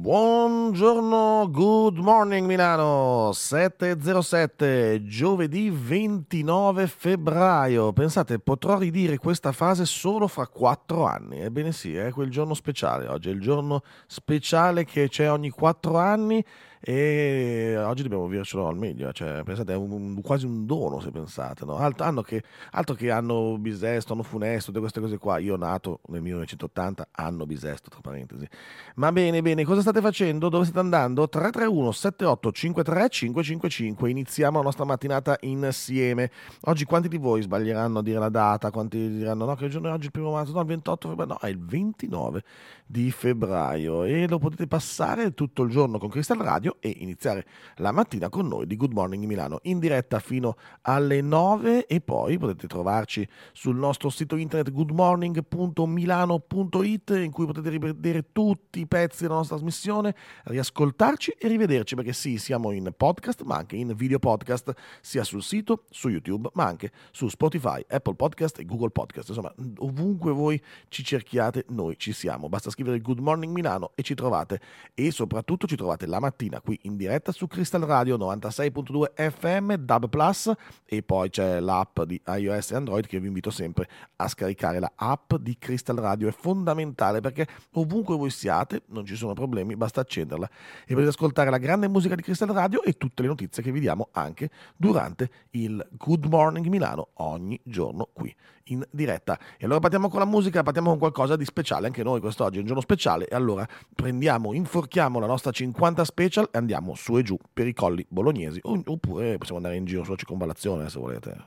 Buongiorno, good morning Milano, 7:07, giovedì 29 febbraio. Pensate, potrò ridire questa frase solo fra 4 anni. Ebbene sì, è quel giorno speciale. Oggi è il giorno speciale che c'è ogni 4 anni e oggi dobbiamo vivercelo al meglio. Cioè, pensate, è quasi un dono se pensate, no? Altro che anno bisesto, anno funesto, tutte queste cose qua. Io nato nel 1980, anno bisesto, tra parentesi. Ma bene, bene, cosa state facendo? Dove state andando? 331 78 53 555. Iniziamo la nostra mattinata insieme. Oggi quanti di voi sbaglieranno a dire la data? Quanti diranno no, che giorno è oggi il 1 marzo? No, il 28 febbraio. No, è il 29 di febbraio e lo potete passare tutto il giorno con Crystal Radio e iniziare la mattina con noi di Good Morning Milano in diretta fino alle 9 e poi potete trovarci sul nostro sito internet goodmorning.milano.it in cui potete rivedere tutti i pezzi della nostra trasmissione, riascoltarci e rivederci perché sì, siamo in podcast ma anche in video podcast sia sul sito, su YouTube ma anche su Spotify, Apple Podcast e Google Podcast. Insomma, ovunque voi ci cerchiate noi ci siamo, basta scrivere Good Morning Milano e ci trovate e soprattutto ci trovate la mattina qui in diretta su Crystal Radio 96.2 FM DAB+, e poi c'è l'app di iOS e Android che vi invito sempre a scaricare. La app di Crystal Radio è fondamentale perché ovunque voi siate non ci sono problemi, basta accenderla e potete ascoltare la grande musica di Crystal Radio e tutte le notizie che vi diamo anche durante il Good Morning Milano ogni giorno qui in diretta. E allora partiamo con la musica, partiamo con qualcosa di speciale anche noi. Quest'oggi è un giorno speciale e allora inforchiamo la nostra 50 special e andiamo su e giù per i colli bolognesi oppure possiamo andare in giro sulla circonvallazione se volete.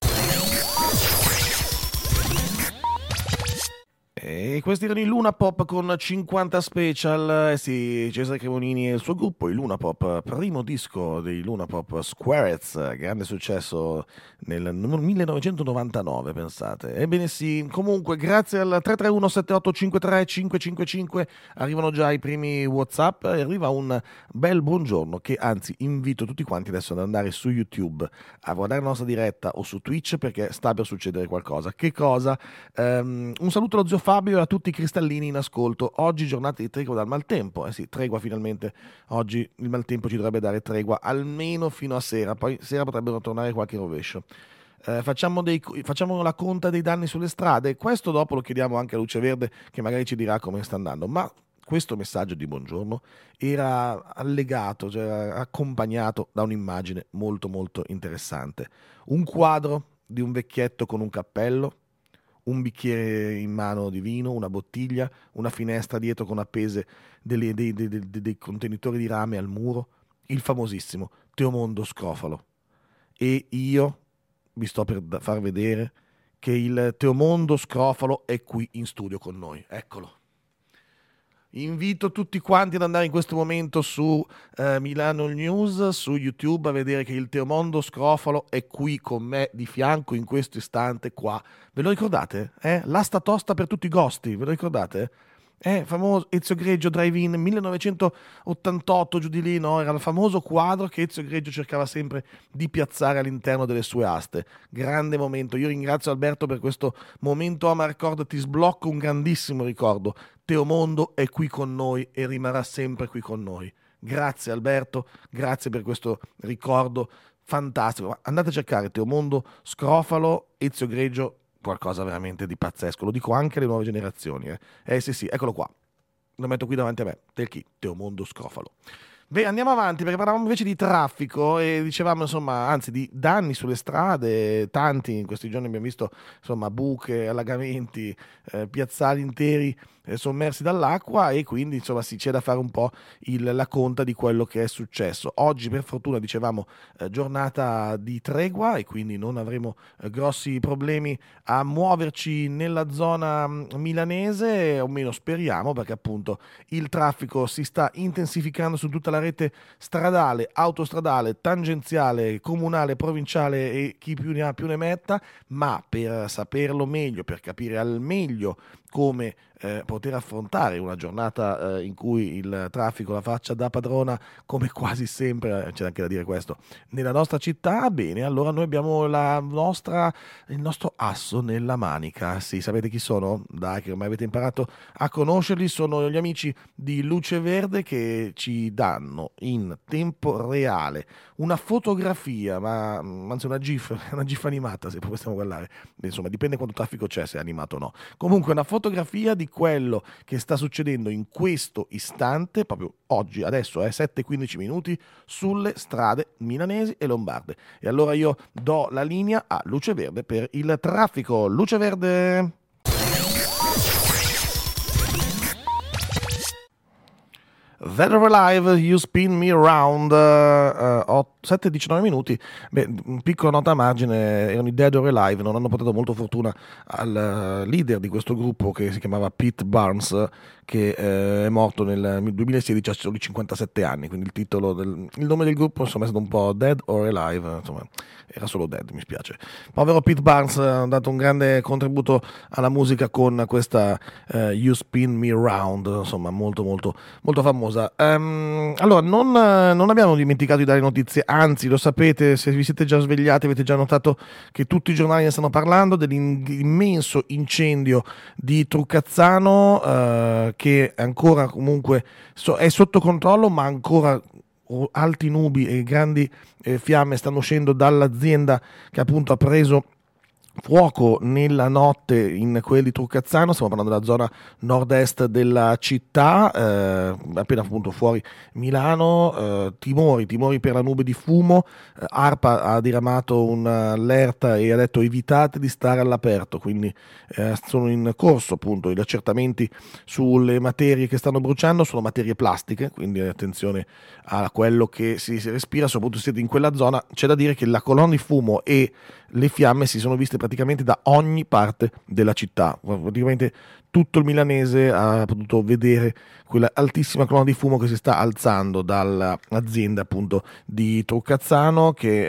E questi erano i Luna Pop con 50 special. Sì, Cesare Cremonini e il suo gruppo, i Luna Pop, primo disco dei Luna Pop, Squarez, grande successo nel 1999, pensate. Ebbene sì, comunque grazie al 331 7853 555 arrivano già i primi WhatsApp e arriva un bel buongiorno che anzi invito tutti quanti adesso ad andare su YouTube a guardare la nostra diretta o su Twitch perché sta per succedere qualcosa. Che cosa? Un saluto allo zio Fabio e a tutti i cristallini in ascolto. Oggi giornata di tregua dal maltempo. sì, tregua finalmente. Oggi il maltempo ci dovrebbe dare tregua almeno fino a sera. Poi sera potrebbero tornare qualche rovescio. Facciamo la conta dei danni sulle strade. Questo dopo lo chiediamo anche a Luce Verde che magari ci dirà come sta andando. Ma questo messaggio di buongiorno era allegato, cioè accompagnato da un'immagine molto molto interessante. Un quadro di un vecchietto con un cappello, un bicchiere in mano di vino, una bottiglia, una finestra dietro con appese dei contenitori di rame al muro, il famosissimo Teomondo Scrofalo. E io vi sto per far vedere che il Teomondo Scrofalo è qui in studio con noi. Eccolo. Invito tutti quanti ad andare in questo momento su Milano News, su YouTube, a vedere che il Teomondo Scrofalo è qui con me di fianco in questo istante qua. Ve lo ricordate? L'asta tosta per tutti i gosti, ve lo ricordate? Famoso Ezio Greggio Drive-In 1988, giù di lì, no? Era il famoso quadro che Ezio Greggio cercava sempre di piazzare all'interno delle sue aste. Grande momento. Io ringrazio Alberto per questo momento Amarcord, ti sblocco un grandissimo ricordo. Teomondo è qui con noi e rimarrà sempre qui con noi. Grazie Alberto, grazie per questo ricordo fantastico. Andate a cercare Teomondo Scrofalo, Ezio Greggio, qualcosa veramente di pazzesco, lo dico anche alle nuove generazioni. Sì, eccolo qua, lo metto qui davanti a me, Teomondo Scrofalo. Beh, andiamo avanti perché parlavamo invece di traffico e dicevamo insomma, anzi di danni sulle strade, tanti in questi giorni abbiamo visto insomma buche, allagamenti, piazzali interi sommersi dall'acqua e quindi insomma sì, c'è da fare un po' la conta di quello che è successo. Oggi per fortuna dicevamo giornata di tregua e quindi non avremo grossi problemi a muoverci nella zona milanese, o meno speriamo, perché appunto il traffico si sta intensificando su tutta la rete stradale, autostradale, tangenziale, comunale, provinciale e chi più ne ha più ne metta, ma per saperlo meglio, per capire al meglio come poter affrontare una giornata in cui il traffico la faccia da padrona, come quasi sempre, c'è anche da dire questo, nella nostra città. Bene, allora noi abbiamo il nostro asso nella manica. Sì, sapete chi sono? Dai, che ormai avete imparato a conoscerli, sono gli amici di Luce Verde, che ci danno in tempo reale una fotografia, ma anzi una GIF animata, se possiamo parlare. Insomma, dipende quanto traffico c'è, se è animato o no. Comunque una fotografia di quello che sta succedendo in questo istante, proprio oggi, adesso, 7:15 minuti, sulle strade milanesi e lombarde. E allora io do la linea a Luce Verde per il traffico. Luce Verde! Dead or Alive, You Spin Me Around, 7-19 minuti. Beh, un piccolo nota a margine, erano i Dead or Alive, non hanno portato molto fortuna al leader di questo gruppo, che si chiamava Pete Barnes, che è morto nel 2016 a soli 57 anni, quindi il nome del gruppo insomma è stato un po' Dead or Alive, insomma era solo Dead, mi spiace. Povero Pete Barnes ha dato un grande contributo alla musica con questa You Spin Me Round, insomma molto molto molto famosa. Allora non abbiamo dimenticato di dare notizie, anzi lo sapete, se vi siete già svegliati avete già notato che tutti i giornali ne stanno parlando dell'immenso incendio di Truccazzano, che ancora comunque è sotto controllo, ma ancora alti nubi e grandi fiamme stanno uscendo dall'azienda che appunto ha preso fuoco nella notte in quel di Truccazzano. Stiamo parlando della zona nord-est della città, appena appunto fuori Milano. Timori per la nube di fumo. ARPA ha diramato un'allerta e ha detto evitate di stare all'aperto, quindi sono in corso appunto gli accertamenti sulle materie che stanno bruciando. Sono materie plastiche, quindi attenzione a quello che si respira, soprattutto se siete in quella zona. C'è da dire che la colonna di fumo e le fiamme si sono viste praticamente da ogni parte della città. Praticamente tutto il milanese ha potuto vedere quella altissima colonna di fumo che si sta alzando dall'azienda appunto di Truccazzano,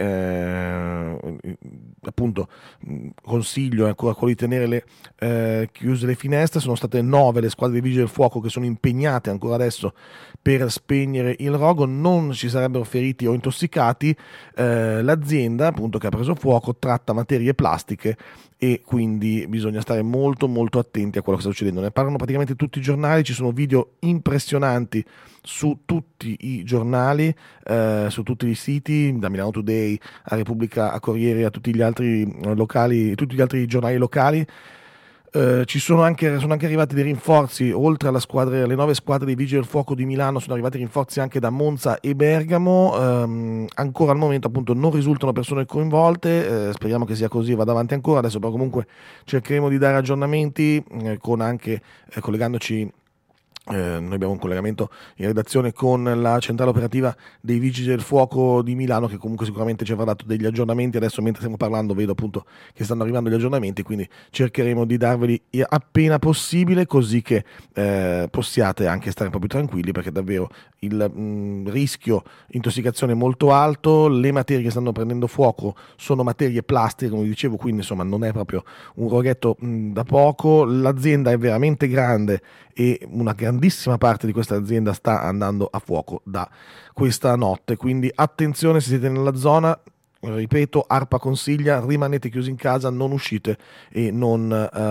che appunto consiglio ancora quello di tenere chiuse le finestre. Sono state 9 le squadre di vigili del fuoco che sono impegnate ancora adesso per spegnere il rogo. Non ci sarebbero feriti o intossicati. L'azienda appunto che ha preso fuoco tratta materie plastiche e quindi bisogna stare molto molto attenti a quello che sta succedendo. Ne parlano praticamente tutti i giornali, ci sono video impressionanti su tutti i giornali, su tutti i siti, da Milano Today a Repubblica, a Corriere, a tutti gli altri locali, tutti gli altri giornali locali. Sono anche arrivati dei rinforzi, oltre alle 9 squadre dei Vigili del Fuoco di Milano, sono arrivati rinforzi anche da Monza e Bergamo. Ancora al momento appunto non risultano persone coinvolte, speriamo che sia così, vada avanti ancora. Adesso però comunque cercheremo di dare aggiornamenti con anche collegandoci. Noi abbiamo un collegamento in redazione con la centrale operativa dei Vigili del Fuoco di Milano, che comunque sicuramente ci avrà dato degli aggiornamenti. Adesso mentre stiamo parlando vedo appunto che stanno arrivando gli aggiornamenti, quindi cercheremo di darveli appena possibile, così che possiate anche stare un po' più tranquilli, perché davvero il rischio intossicazione è molto alto. Le materie che stanno prendendo fuoco sono materie plastiche, come dicevo, quindi insomma non è proprio un roghetto da poco. L'azienda è veramente grande e una grandissima parte di questa azienda sta andando a fuoco da questa notte, quindi attenzione se siete nella zona. Ripeto, ARPA consiglia rimanete chiusi in casa, non uscite e non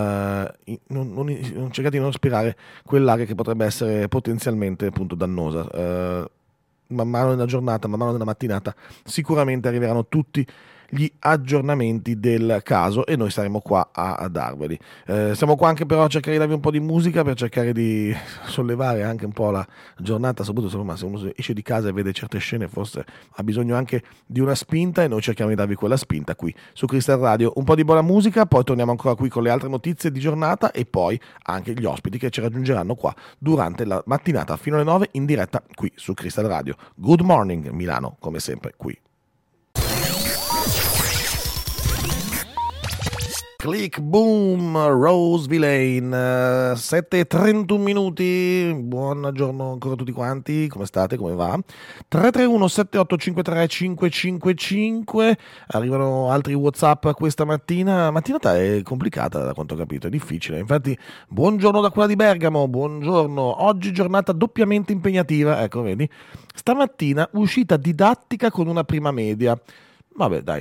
cercate di non respirare quell'aria che potrebbe essere potenzialmente appunto dannosa. Man mano nella giornata, man mano nella mattinata sicuramente arriveranno tutti gli aggiornamenti del caso e noi saremo qua a darveli. Siamo qua anche però a cercare di darvi un po' di musica per cercare di sollevare anche un po' la giornata, soprattutto se uno esce di casa e vede certe scene forse ha bisogno anche di una spinta, e noi cerchiamo di darvi quella spinta qui su Crystal Radio. Un po' di buona musica, poi torniamo ancora qui con le altre notizie di giornata e poi anche gli ospiti che ci raggiungeranno qua durante la mattinata fino alle 9 in diretta qui su Crystal Radio. Good morning Milano, come sempre qui. Click Boom, Roseville Lane, 7:31 minuti, buon giorno ancora a tutti quanti, come state, come va? 331 7853 555, arrivano altri WhatsApp questa mattina, mattinata è complicata da quanto ho capito, è difficile, infatti buongiorno da quella di Bergamo, buongiorno, oggi giornata doppiamente impegnativa, ecco vedi, stamattina uscita didattica con una prima media. Vabbè dai,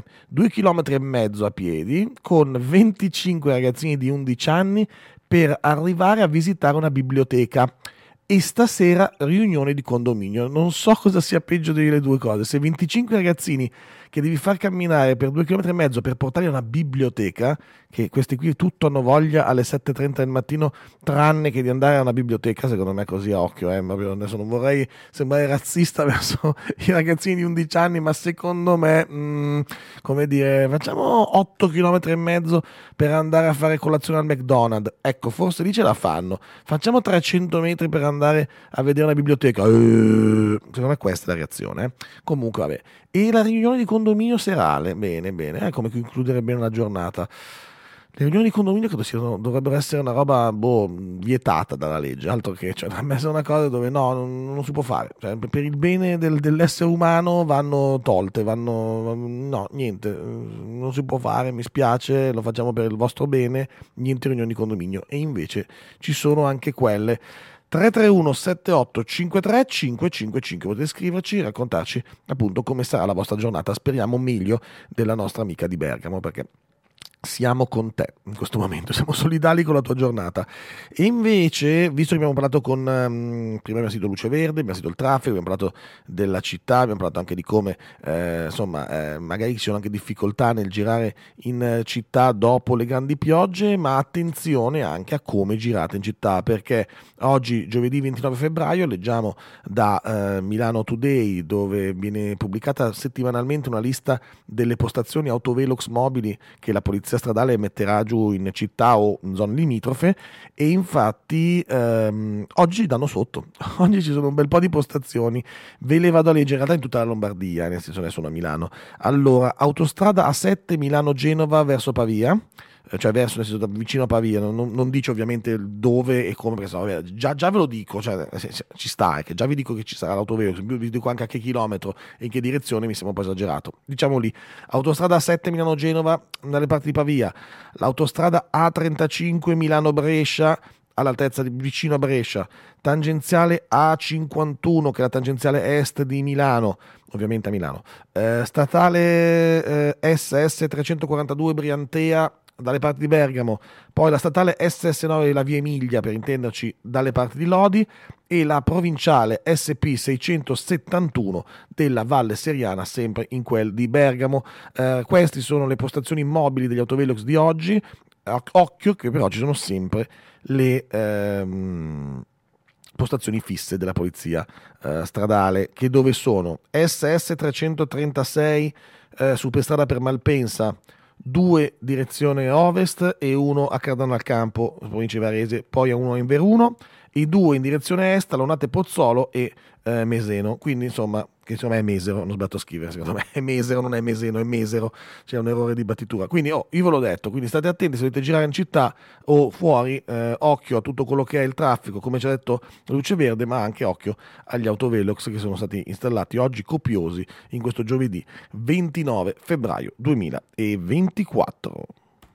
2,5 km a piedi con 25 ragazzini di 11 anni per arrivare a visitare una biblioteca e stasera riunione di condominio. Non so cosa sia peggio delle due cose, se 25 ragazzini che devi far camminare per 2,5 km per portarli a una biblioteca, che questi qui tutto hanno voglia alle 7:30 del mattino tranne che di andare a una biblioteca, secondo me così a occhio, adesso non vorrei sembrare razzista verso i ragazzini di 11 anni, ma secondo me, come dire, facciamo 8,5 km per andare a fare colazione al McDonald's, ecco, forse lì ce la fanno, facciamo 300 metri per andare a vedere una biblioteca, secondo me questa è la reazione, Comunque vabbè, e la riunione di condominio serale, bene, come concludere bene la giornata. Le riunioni di condominio credo dovrebbero essere una roba vietata dalla legge, altro che, cioè, dovrebbe essere una cosa dove no, non si può fare, cioè, per il bene dell'essere umano vanno tolte, no, niente, non si può fare, mi spiace, lo facciamo per il vostro bene, niente riunioni di condominio, e invece ci sono anche quelle. 331 78 53 555, potete scriverci, raccontarci appunto come sarà la vostra giornata, speriamo meglio della nostra amica di Bergamo, perché siamo con te in questo momento, siamo solidali con la tua giornata. E invece, visto che abbiamo parlato prima abbiamo sentito luce verde, abbiamo sentito il traffico, abbiamo parlato della città, abbiamo parlato anche di come magari ci sono anche difficoltà nel girare in città dopo le grandi piogge, ma attenzione anche a come girate in città, perché oggi giovedì 29 febbraio leggiamo da Milano Today, dove viene pubblicata settimanalmente una lista delle postazioni autovelox mobili che la polizia stradale metterà giù in città o in zone limitrofe, e infatti oggi danno sotto, oggi ci sono un bel po' di postazioni, ve le vado a leggere in realtà in tutta la Lombardia, nel senso adesso sono a Milano. Allora, autostrada A7 Milano-Genova verso Pavia, cioè verso, nel senso, vicino a Pavia, non dice ovviamente dove e come, perché vabbè, già ve lo dico, cioè, ci sta, che già vi dico che ci sarà l'autovelox, vi dico anche a che chilometro e in che direzione, mi sembra un po' esagerato. Diciamo lì, autostrada A7 Milano-Genova dalle parti di Pavia, l'autostrada A35 Milano-Brescia all'altezza di vicino a Brescia, tangenziale A51 che è la tangenziale est di Milano, ovviamente a Milano, statale SS 342 Briantea dalle parti di Bergamo, poi la statale SS9 della via Emilia, per intenderci, dalle parti di Lodi, e la provinciale SP 671 della Valle Seriana, sempre in quel di Bergamo. Queste sono le postazioni mobili degli autovelox di oggi. Occhio che però ci sono sempre le postazioni fisse della polizia stradale, che dove sono SS 336 superstrada per Malpensa, 2 direzione ovest e 1 a Cardonalcampo, provincia di Varese, poi a 1 in Veruno, e 2 in direzione est, Launate Pozzolo e Meseno, quindi insomma, che secondo me è Mesero, non ho sbagliato a scrivere, secondo me è Mesero, non è Meseno, è Mesero, c'è un errore di battitura, quindi io ve l'ho detto, quindi state attenti se dovete girare in città o fuori, occhio a tutto quello che è il traffico, come ci ha detto Luce Verde, ma anche occhio agli autovelox che sono stati installati oggi copiosi in questo giovedì 29 febbraio 2024.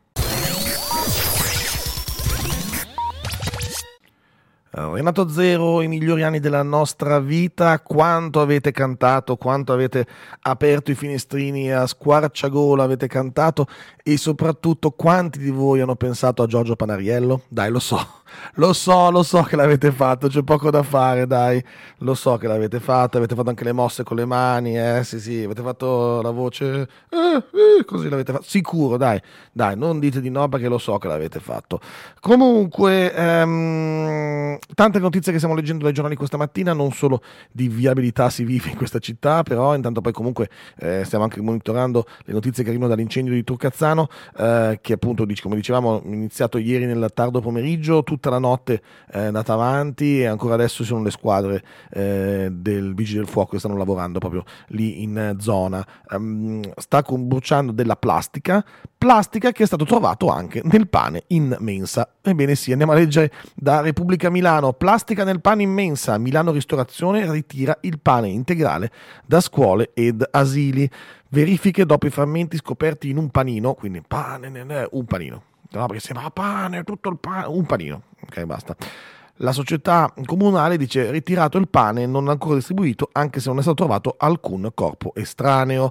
Renato Zero, i migliori anni della nostra vita, quanto avete cantato, quanto avete aperto i finestrini a squarciagola, avete cantato, e soprattutto quanti di voi hanno pensato a Giorgio Panariello? Dai, lo so che l'avete fatto, c'è poco da fare, dai, lo so che l'avete fatto, avete fatto anche le mosse con le mani, sì, avete fatto la voce, così l'avete fatto, sicuro, dai, non dite di no perché lo so che l'avete fatto. Comunque, tante notizie che stiamo leggendo dai giornali questa mattina, non solo di viabilità si vive in questa città, però intanto poi comunque stiamo anche monitorando le notizie che arrivano dall'incendio di Turcazzano, che appunto, come dicevamo, è iniziato ieri nel tardo pomeriggio, tutta la notte è andata avanti e ancora adesso ci sono le squadre del Vigili del Fuoco che stanno lavorando proprio lì in zona. Sta bruciando della plastica che è stato trovato anche nel pane in mensa. Ebbene sì, andiamo a leggere da Repubblica Milano: plastica nel pane in mensa, Milano Ristorazione ritira il pane integrale da scuole ed asili. Verifiche dopo i frammenti scoperti in un panino, quindi pane, un panino. No, perché sembra pane, tutto il pane, un panino. Ok, basta. La società comunale dice ritirato il pane non ancora distribuito, anche se non è stato trovato alcun corpo estraneo.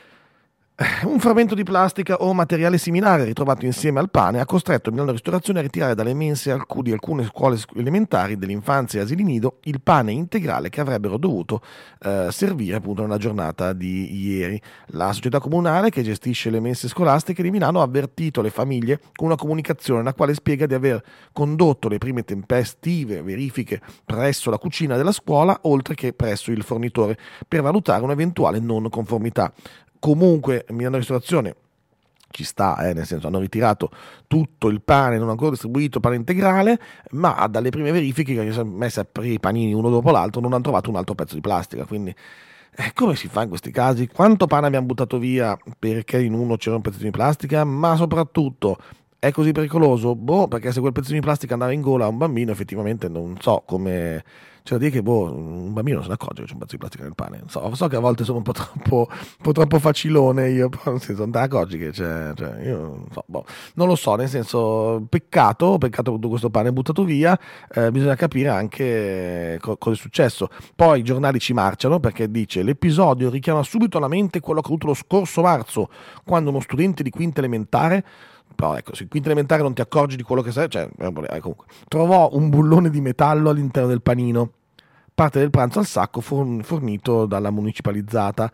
Un frammento di plastica o materiale similare ritrovato insieme al pane ha costretto Milano Ristorazione a ritirare dalle mense di alcune scuole elementari dell'infanzia e asili nido il pane integrale che avrebbero dovuto servire appunto nella giornata di ieri. La società comunale che gestisce le mense scolastiche di Milano ha avvertito le famiglie con una comunicazione nella quale spiega di aver condotto le prime tempestive verifiche presso la cucina della scuola oltre che presso il fornitore per valutare un'eventuale non conformità. Comunque Milano Ristorazione ci sta, nel senso hanno ritirato tutto il pane non ancora distribuito, pane integrale, ma dalle prime verifiche che sono messe a aprire i panini uno dopo l'altro non hanno trovato un altro pezzo di plastica, quindi come si fa in questi casi? Quanto pane abbiamo buttato via perché in uno c'era un pezzo di plastica, ma soprattutto è così pericoloso? Perché se quel pezzo di plastica andava in gola a un bambino effettivamente non so come... C'è da dire che un bambino non se ne accorge che c'è un pezzo di plastica nel pane. So che a volte sono un po' troppo facilone io, però nel senso non te ne accorgi che c'è, cioè, io non lo so, nel senso peccato tutto questo pane buttato via, bisogna capire anche cosa è successo. Poi i giornali ci marciano perché dice l'episodio richiama subito alla mente quello accaduto lo scorso marzo, quando uno studente di quinta elementare, però ecco, se in quinta elementare non ti accorgi di quello che sei, cioè, comunque, trovò un bullone di metallo all'interno del panino, parte del pranzo al sacco fornito dalla municipalizzata.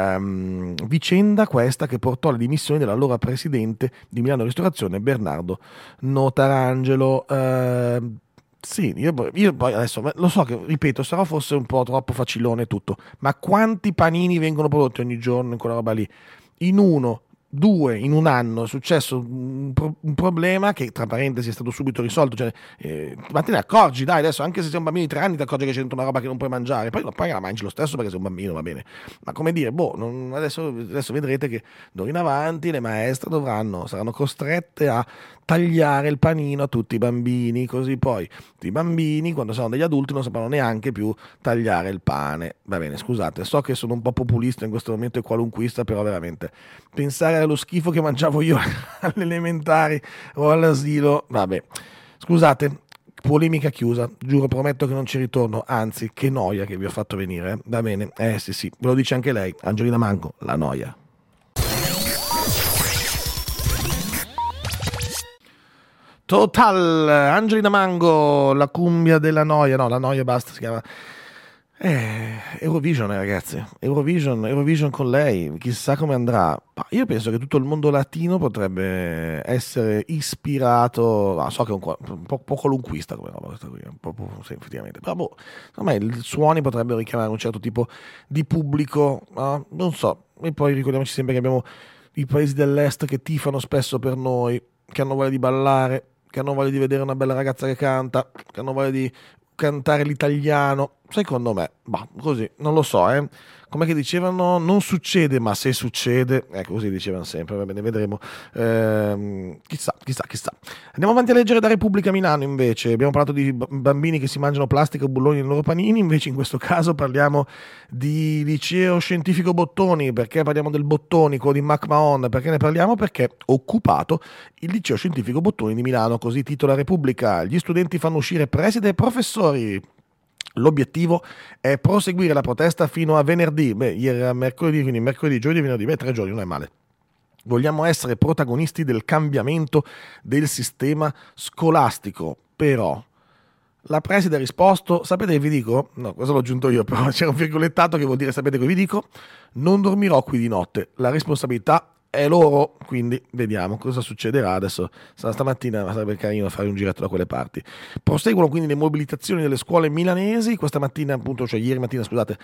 Vicenda questa che portò alle dimissioni dell'allora presidente di Milano Ristorazione Bernardo Notarangelo. Sì, io poi adesso lo so che, ripeto, sarà forse un po' troppo facilone tutto, ma quanti panini vengono prodotti ogni giorno in quella roba lì? In uno, due, in un anno è successo un problema che tra parentesi è stato subito risolto, cioè, ma te ne accorgi, dai, adesso anche se sei un bambino di 3 anni ti accorgi che c'è dentro una roba che non puoi mangiare, poi la mangi lo stesso perché sei un bambino, va bene, ma come dire, adesso vedrete che d'ora in avanti le maestre saranno costrette a tagliare il panino a tutti i bambini, così poi i bambini quando saranno degli adulti non sapranno neanche più tagliare il pane. Va bene, scusate, so che sono un po' populista in questo momento e qualunquista, però veramente pensare allo schifo che mangiavo io alle elementari o all'asilo, vabbè, scusate, polemica chiusa, giuro, prometto che non ci ritorno, anzi, che noia che vi ho fatto venire, va bene, sì, ve lo dice anche lei, Angelina Mango, la noia. Total, Angelina Mango, la cumbia della noia, no, la noia basta, si chiama Eurovision, ragazzi, Eurovision con lei, chissà come andrà. Ma io penso che tutto il mondo latino potrebbe essere ispirato, so che è un po' qualunquista come roba questa qui, sì, effettivamente, però secondo me i suoni potrebbero richiamare un certo tipo di pubblico, non so, e poi ricordiamoci sempre che abbiamo i paesi dell'est che tifano spesso per noi, che hanno voglia di ballare, che hanno voglia di vedere una bella ragazza che canta, che hanno voglia di cantare l'italiano, secondo me, così, non lo so, com'è che dicevano, non succede, ma se succede, così dicevano sempre, va bene, vedremo, chissà. Andiamo avanti a leggere da Repubblica Milano invece, abbiamo parlato di bambini che si mangiano plastica o bulloni nei loro panini, invece in questo caso parliamo di liceo scientifico Bottoni. Perché parliamo del Bottoni, quello di McMahon? Perché ne parliamo? Perché occupato il liceo scientifico Bottoni di Milano, così titola Repubblica, gli studenti fanno uscire preside e professori. L'obiettivo è proseguire la protesta fino a venerdì. Ieri era mercoledì, quindi mercoledì, giovedì, venerdì, 3 giorni, non è male. Vogliamo essere protagonisti del cambiamento del sistema scolastico, però la preside ha risposto, sapete che vi dico? No, questo l'ho aggiunto io, però c'era un virgolettato che vuol dire sapete che vi dico? Non dormirò qui di notte, la responsabilità è loro, quindi vediamo cosa succederà adesso. Stamattina sarebbe carino fare un giretto da quelle parti. Proseguono quindi le mobilitazioni delle scuole milanesi. Questa mattina, appunto, cioè ieri mattina, scusate,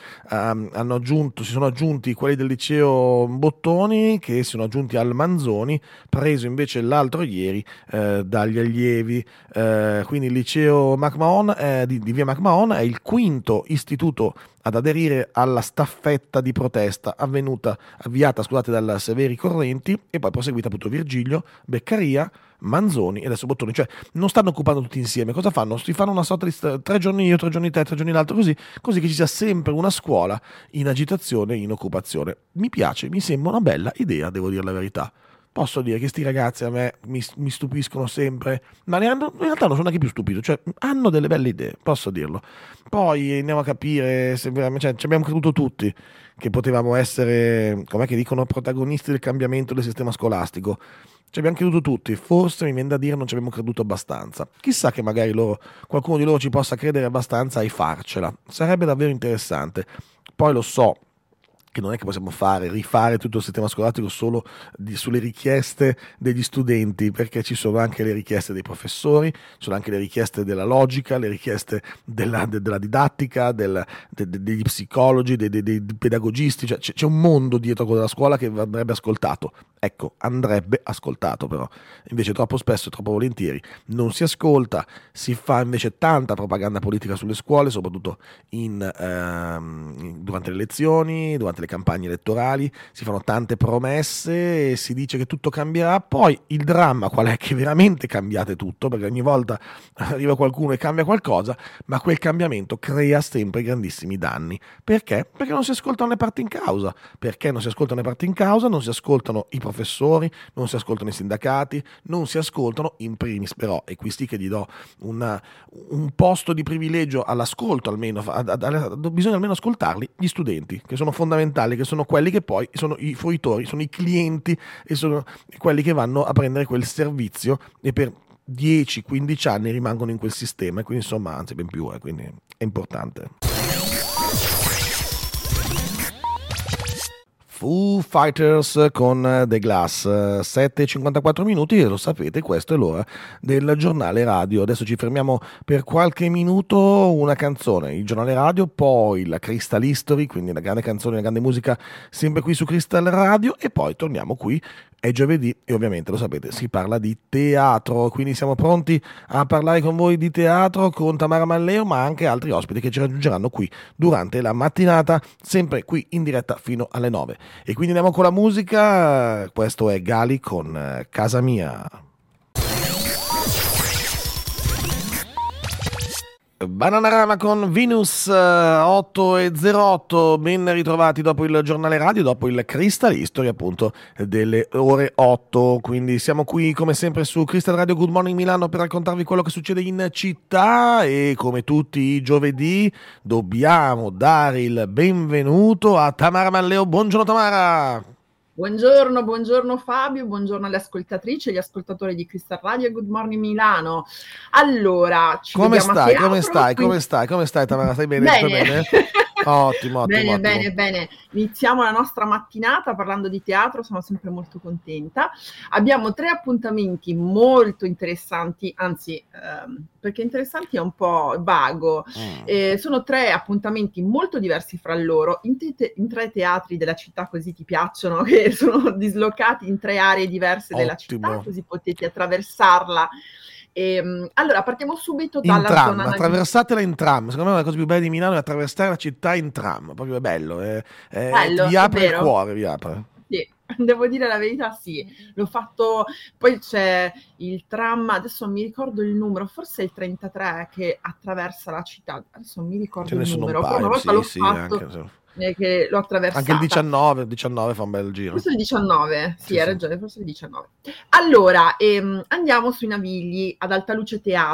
si sono aggiunti quelli del liceo Bottoni, che si sono aggiunti al Manzoni, preso invece l'altro ieri dagli allievi. Quindi il liceo McMahon di via McMahon è il quinto istituto ad aderire alla staffetta di protesta avviata dal Severi Correnti e poi proseguita appunto Virgilio, Beccaria, Manzoni e adesso Bottoni. Cioè non stanno occupando tutti insieme. Cosa fanno? Si fanno una sorta di 3 giorni io, 3 giorni te, 3 giorni l'altro, così che ci sia sempre una scuola in agitazione, in occupazione. Mi piace, mi sembra una bella idea, devo dire la verità. Posso dire che sti ragazzi a me mi stupiscono sempre, ma in realtà non sono neanche più stupito, cioè hanno delle belle idee, posso dirlo. Poi andiamo a capire se veramente, cioè, ci abbiamo creduto tutti che potevamo essere, com'è che dicono, protagonisti del cambiamento del sistema scolastico. Ci abbiamo creduto tutti, forse mi viene da dire non ci abbiamo creduto abbastanza. Chissà che magari qualcuno di loro ci possa credere abbastanza e farcela. Sarebbe davvero interessante. Poi lo so che non è che possiamo rifare tutto il sistema scolastico solo sulle richieste degli studenti, perché ci sono anche le richieste dei professori, ci sono anche le richieste della logica, le richieste della didattica, degli psicologi, dei pedagogisti, cioè c'è un mondo dietro quella scuola che andrebbe ascoltato. Ecco, andrebbe ascoltato però, invece troppo spesso e troppo volentieri non si ascolta, si fa invece tanta propaganda politica sulle scuole, soprattutto durante le elezioni, durante le campagne elettorali, si fanno tante promesse e si dice che tutto cambierà, poi il dramma qual è? Che veramente cambiate tutto, perché ogni volta arriva qualcuno e cambia qualcosa, ma quel cambiamento crea sempre grandissimi danni. Perché? Perché non si ascoltano le parti in causa. Perché non si ascoltano le parti in causa? Non si ascoltano i professori, non si ascoltano i sindacati, non si ascoltano in primis però, e qui sì che gli do un posto di privilegio all'ascolto, almeno bisogna almeno ascoltarli, gli studenti, che sono fondamentali, che sono quelli che poi sono i fruitori, sono i clienti e sono quelli che vanno a prendere quel servizio e per 10-15 anni rimangono in quel sistema, e quindi insomma, anzi ben più, quindi è importante. Foo Fighters con The Glass, 7:54 minuti, e lo sapete, questo è l'ora del giornale radio. Adesso ci fermiamo per qualche minuto, una canzone, il giornale radio, poi la Crystal History, quindi la grande canzone, la grande musica sempre qui su Crystal Radio, e poi torniamo qui. È giovedì e ovviamente lo sapete, si parla di teatro, quindi siamo pronti a parlare con voi di teatro con Tamara Malleo, ma anche altri ospiti che ci raggiungeranno qui durante la mattinata, sempre qui in diretta fino alle 9. E quindi andiamo con la musica, questo è Gali con Casa Mia. Bananarama con Venus, 8:08, ben ritrovati dopo il giornale radio, dopo il Crystal History appunto delle ore 8, quindi siamo qui come sempre su Crystal Radio Good Morning Milano per raccontarvi quello che succede in città, e come tutti i giovedì dobbiamo dare il benvenuto a Tamara Malleo. Buongiorno Tamara! Buongiorno Fabio, buongiorno alle ascoltatrici e agli ascoltatori di Crystal Radio e Good Morning Milano. Allora, come stai Tamara? Stai bene? Bene. Ottimo. Bene. Iniziamo la nostra mattinata parlando di teatro, sono sempre molto contenta. Abbiamo 3 appuntamenti molto interessanti, anzi, perché interessanti è un po' vago. Sono 3 appuntamenti molto diversi fra loro, in 3 teatri della città, così ti piacciono, che sono dislocati in 3 aree diverse della città, così potete attraversarla. Allora partiamo subito dalla zona. Attraversatela in tram. Secondo me la cosa più bella di Milano è attraversare la città in tram, proprio è bello, vi apre il cuore, vi apre. Sì, devo dire la verità, sì, l'ho fatto. Poi c'è il tram, adesso non mi ricordo il numero, forse è il 33 che attraversa la città, adesso non mi ricordo il numero, però una volta l'ho fatto. Anche, che l'ho attraversata. Anche il 19 fa un bel giro. Forse il 19, sì, hai ragione, forse il 19. Allora, andiamo sui Navigli ad Alta Luce Teatro,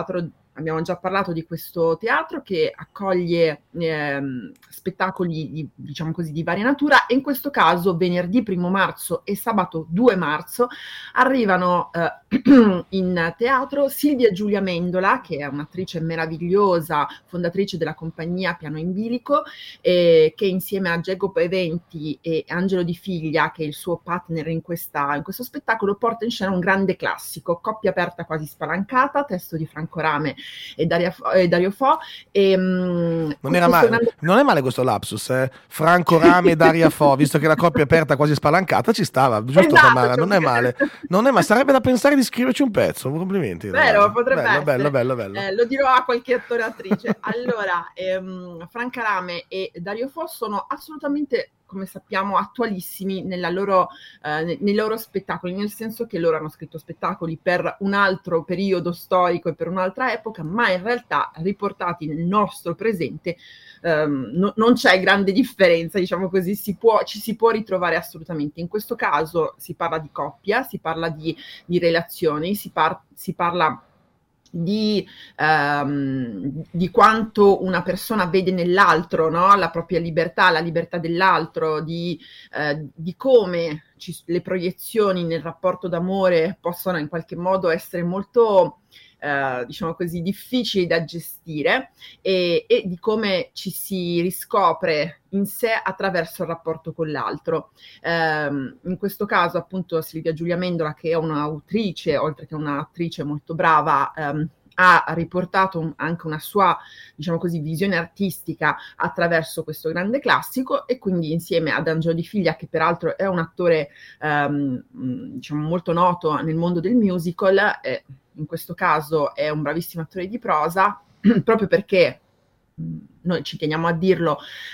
abbiamo già parlato di questo teatro che accoglie spettacoli diciamo così, di varia natura, e in questo caso venerdì 1° marzo e sabato 2 marzo arrivano in teatro Silvia Giulia Mendola, che è un'attrice meravigliosa, fondatrice della compagnia Piano in Bilico, che insieme a Jacopo Eventi e Angelo Di Figlia, che è il suo partner in questo spettacolo, porta in scena un grande classico, Coppia aperta quasi spalancata, testo di Franco Rame e Dario Fo. Non è male questo lapsus, Franco Rame e Daria Fo, visto che la coppia aperta quasi spalancata ci stava, giusto, esatto, Tamara? Non è male, sarebbe da pensare di scriverci un pezzo, complimenti. Vero, potrebbe essere. Bello. Lo dirò a qualche attore o attrice. Allora, Franca Rame e Dario Fo sono assolutamente, come sappiamo, attualissimi nei loro spettacoli, nel senso che loro hanno scritto spettacoli per un altro periodo storico e per un'altra epoca, ma in realtà riportati nel nostro presente non c'è grande differenza, diciamo così, ci si può ritrovare assolutamente. In questo caso si parla di coppia, si parla di relazioni, si parla di quanto una persona vede nell'altro, no? La propria libertà, la libertà dell'altro, di come le proiezioni nel rapporto d'amore possono in qualche modo essere molto diciamo così, difficili da gestire, e di come ci si riscopre in sé attraverso il rapporto con l'altro. In questo caso appunto Silvia Giulia Mendola, che è un'autrice, oltre che un'attrice molto brava, ha riportato anche una sua, diciamo così, visione artistica attraverso questo grande classico, e quindi insieme ad Angelo Di Figlia, che peraltro è un attore diciamo molto noto nel mondo del musical, in questo caso è un bravissimo attore di prosa, proprio perché noi ci teniamo a dirlo,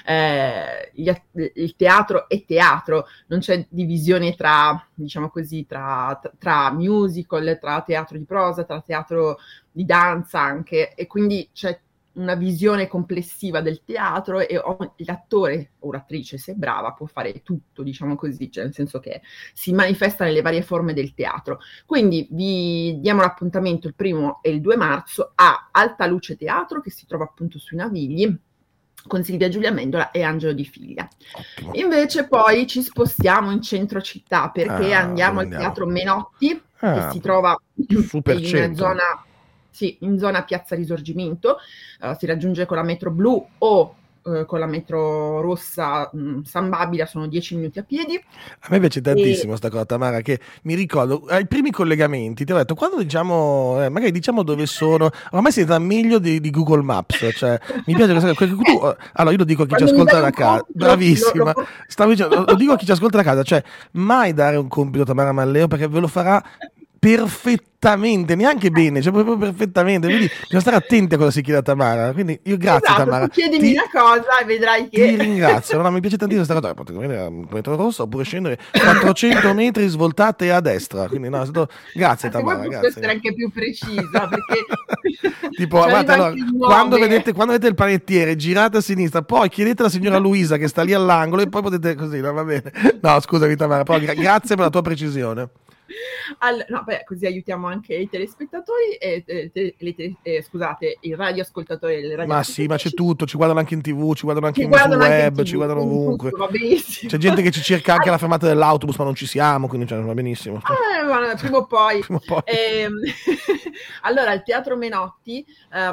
il teatro è teatro, non c'è divisione tra, diciamo così, tra musical, tra teatro di prosa, tra teatro di danza anche, e quindi c'è una visione complessiva del teatro, e l'attore o l'attrice, se è brava, può fare tutto, diciamo così, cioè nel senso che si manifesta nelle varie forme del teatro. Quindi vi diamo l'appuntamento il 1° e il 2 marzo a Alta Luce Teatro, che si trova appunto sui Navigli, con Silvia Giulia Mendola e Angelo Di Figlia. Ottimo. Invece poi ci spostiamo in centro città, perché andiamo al Teatro Menotti, che si trova in zona... Sì, in zona Piazza Risorgimento, si raggiunge con la metro blu o con la metro rossa San Babila, sono 10 minuti a piedi. A me piace tantissimo sta cosa, Tamara, che mi ricordo ai primi collegamenti ti ho detto, quando diciamo magari diciamo dove sono, ormai si sta meglio di Google Maps, cioè mi piace questa cosa. Allora io lo dico a chi ci ascolta da casa, bravissima, stavo dicendo, lo dico a chi ci ascolta da casa, cioè mai dare un compito a Tamara Malleo, perché ve lo farà perfettamente, neanche bene, cioè proprio perfettamente, quindi bisogna stare attenti a cosa si chiede a Tamara, quindi io grazie, esatto, Tamara, chiedimi una cosa e vedrai che... Ti ringrazio, no, mi piace tantissimo questa cosa, potete venire a metro rossa oppure scendere 400 metri svoltate a destra, quindi no, grazie Tamara, grazie. Può essere anche più precisa, perché tipo, guardate, allora, quando vedete il panettiere, girate a sinistra, poi chiedete alla signora Luisa che sta lì all'angolo e poi potete così, no, va bene, no, scusami Tamara, però grazie per la tua precisione. No, beh, così aiutiamo anche i telespettatori scusate, i radioascoltatori e le radioascoltatrici. Ma sì, ma c'è tutto, ci guardano anche in TV, ci guardano anche sul web, ci guardano ovunque. Tutto, va benissimo. C'è gente che ci cerca anche alla fermata dell'autobus, ma non ci siamo, quindi va benissimo. Prima o poi. Allora, il Teatro Menotti,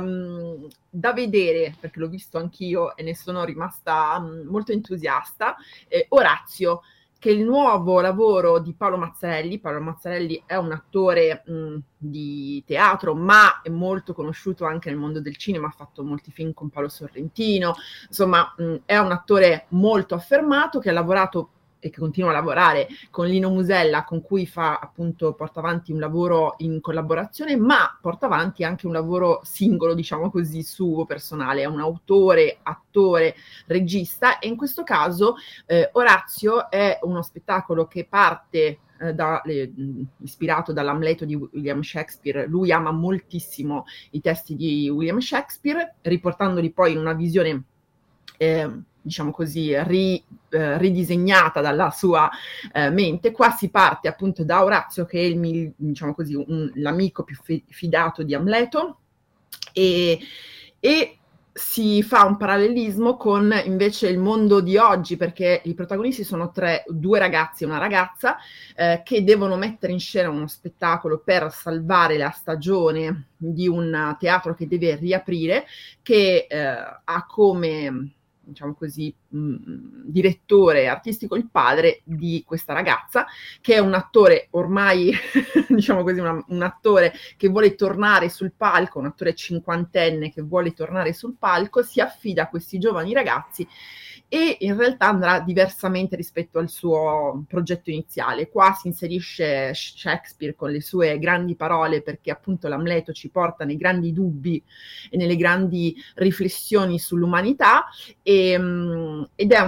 da vedere, perché l'ho visto anch'io e ne sono rimasta molto entusiasta, Orazio, che è il nuovo lavoro di Paolo Mazzarelli. Paolo Mazzarelli è un attore di teatro, ma è molto conosciuto anche nel mondo del cinema, ha fatto molti film con Paolo Sorrentino, insomma è un attore molto affermato che ha lavorato e che continua a lavorare con Lino Musella, con cui porta avanti un lavoro in collaborazione, ma porta avanti anche un lavoro singolo, diciamo così, suo, personale. È un autore, attore, regista, e in questo caso Orazio è uno spettacolo che parte ispirato dall'Amleto di William Shakespeare. Lui ama moltissimo i testi di William Shakespeare, riportandoli poi in una visione diciamo così, ridisegnata dalla sua mente. Qua si parte appunto da Orazio, che è diciamo così, l'amico più fidato di Amleto, E, e si fa un parallelismo con invece il mondo di oggi, perché i protagonisti sono due ragazzi e una ragazza che devono mettere in scena uno spettacolo per salvare la stagione di un teatro che deve riaprire, che ha come, diciamo così, direttore artistico il padre di questa ragazza, che è un attore ormai, diciamo così, un attore che vuole tornare sul palco, un attore cinquantenne che vuole tornare sul palco, si affida a questi giovani ragazzi e in realtà andrà diversamente rispetto al suo progetto iniziale. Qua si inserisce Shakespeare con le sue grandi parole, perché appunto l'Amleto ci porta nei grandi dubbi e nelle grandi riflessioni sull'umanità, ed è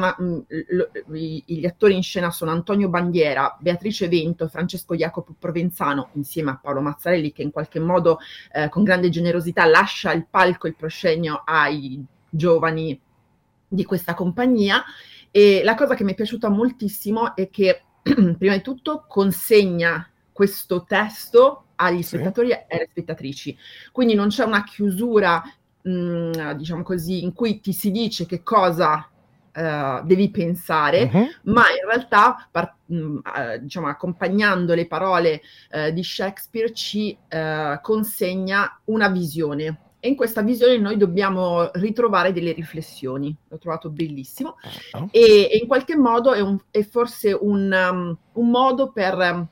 gli attori in scena sono Antonio Bandiera, Beatrice Vento, Francesco Jacopo Provenzano, insieme a Paolo Mazzarelli, che in qualche modo con grande generosità lascia il palco e il proscenio ai giovani di questa compagnia. E la cosa che mi è piaciuta moltissimo è che prima di tutto consegna questo testo agli spettatori e alle spettatrici, quindi non c'è una chiusura, diciamo così, in cui ti si dice che cosa devi pensare, ma in realtà diciamo, accompagnando le parole di Shakespeare ci consegna una visione. E in questa visione noi dobbiamo ritrovare delle riflessioni. L'ho trovato bellissimo. E in qualche modo è forse un modo per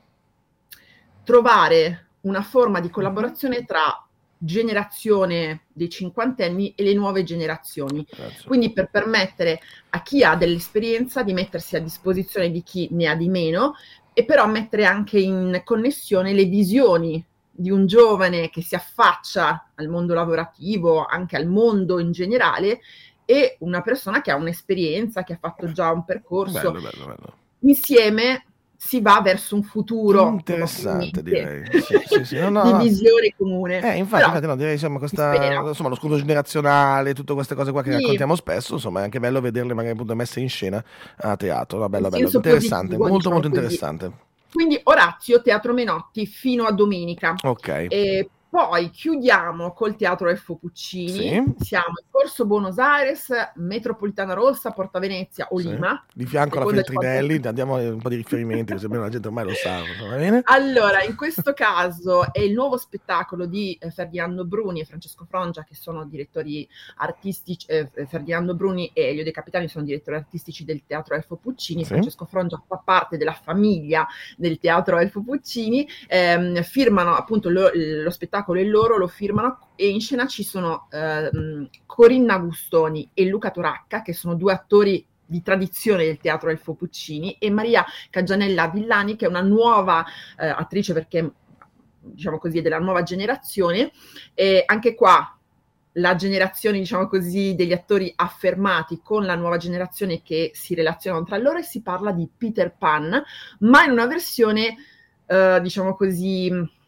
trovare una forma di collaborazione tra generazione dei cinquantenni e le nuove generazioni. Quindi per permettere a chi ha dell'esperienza di mettersi a disposizione di chi ne ha di meno, e però mettere anche in connessione le visioni di un giovane che si affaccia al mondo lavorativo, anche al mondo in generale, e una persona che ha un'esperienza, che ha fatto già un percorso. Bello. Insieme si va verso un futuro interessante, direi. Sì. di visione comune. Infatti, no, direi insomma lo scudo generazionale, tutte queste cose qua che raccontiamo spesso, insomma è anche bello vederle magari appunto messe in scena a teatro. No, bello, interessante, positivo, molto interessante. Quindi Orazio, Teatro Menotti fino a domenica. Ok. E poi chiudiamo col Teatro Elfo Puccini. Sì. Siamo in Corso Buenos Aires, Metropolitana Rossa, Porta Venezia o Lima. Di fianco alla Feltrinelli, andiamo un po' di riferimenti, così la gente ormai lo sa. Va bene? Allora, in questo caso è il nuovo spettacolo di Ferdinando Bruni e Francesco Frongia, che sono direttori artistici. Ferdinando Bruni e Elio De Capitani sono direttori artistici del Teatro Elfo Puccini. Francesco Frongia fa parte della famiglia del Teatro Elfo Puccini. Firmano appunto lo spettacolo, e loro lo firmano, e in scena ci sono Corinna Gustoni e Luca Toracca, che sono due attori di tradizione del Teatro Elfo Puccini, e Maria Caggianella Villani, che è una nuova attrice, perché diciamo così è della nuova generazione. E anche qua la generazione, diciamo così, degli attori affermati con la nuova generazione che si relazionano tra loro, e si parla di Peter Pan, ma in una versione diciamo così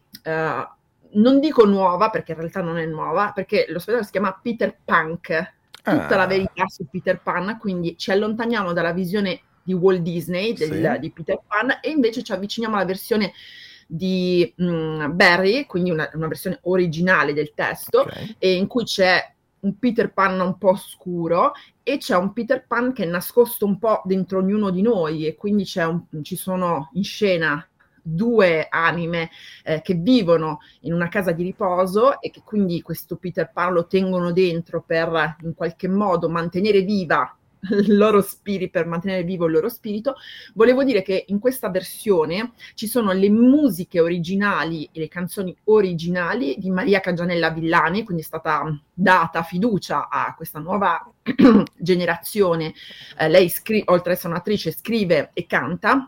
non dico nuova, perché in realtà non è nuova, perché lo spettacolo si chiama Peter Punk, tutta la verità su Peter Pan, quindi ci allontaniamo dalla visione di Walt Disney di Peter Pan, e invece ci avviciniamo alla versione di Barry, quindi una versione originale del testo, e in cui c'è un Peter Pan un po' scuro e c'è un Peter Pan che è nascosto un po' dentro ognuno di noi, e quindi ci sono in scena due anime che vivono in una casa di riposo, e che quindi questo Peter Pan lo tengono dentro per in qualche modo mantenere viva il loro spirito, per mantenere vivo il loro spirito. Volevo dire che in questa versione ci sono le musiche originali e le canzoni originali di Maria Caggianella Villani, quindi è stata data fiducia a questa nuova generazione. Lei oltre ad essere un'attrice, scrive e canta.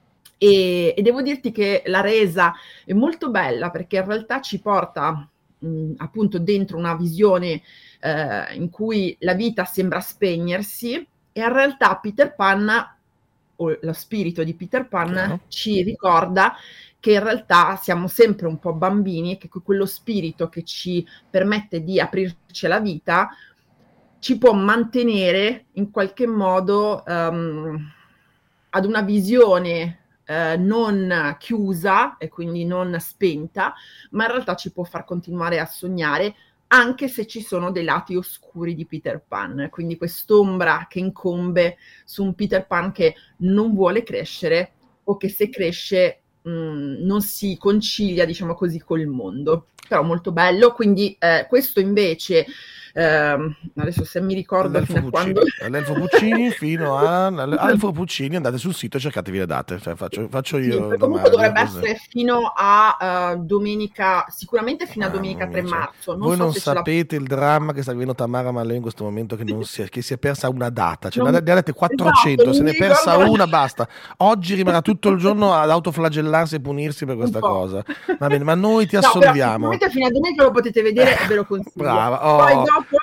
E devo dirti che la resa è molto bella, perché in realtà ci porta appunto dentro una visione in cui la vita sembra spegnersi, e in realtà Peter Pan, o lo spirito di Peter Pan, ci ricorda che in realtà siamo sempre un po' bambini, e che quello spirito che ci permette di aprirci alla vita ci può mantenere in qualche modo ad una visione non chiusa e quindi non spenta, ma in realtà ci può far continuare a sognare, anche se ci sono dei lati oscuri di Peter Pan, quindi quest'ombra che incombe su un Peter Pan che non vuole crescere o che se cresce non si concilia, diciamo così, col mondo. Però molto bello, quindi questo invece, adesso se mi ricordo All'Elfo fino a quando... All'Elfo Puccini fino all'Elfo Puccini, andate sul sito e cercatevi le date, cioè, faccio Sì, io comunque dovrebbe così. essere fino a domenica, sicuramente fino a domenica 3 marzo. Non Voi so non se sapete il dramma che sta vivendo Tamara Malleo in questo momento, che si è persa una data, cioè Non- ne ha dette 400, Esatto, se non ne mi è persa ricordo- una, basta. Oggi rimarrà tutto il giorno ad autoflagellarsi e punirsi per questa Un po'. cosa. Va bene, ma noi ti No, però assolviamo. sicuramente fino a domenica lo potete vedere e ve lo consiglio. Brava, Poi oh, dopo...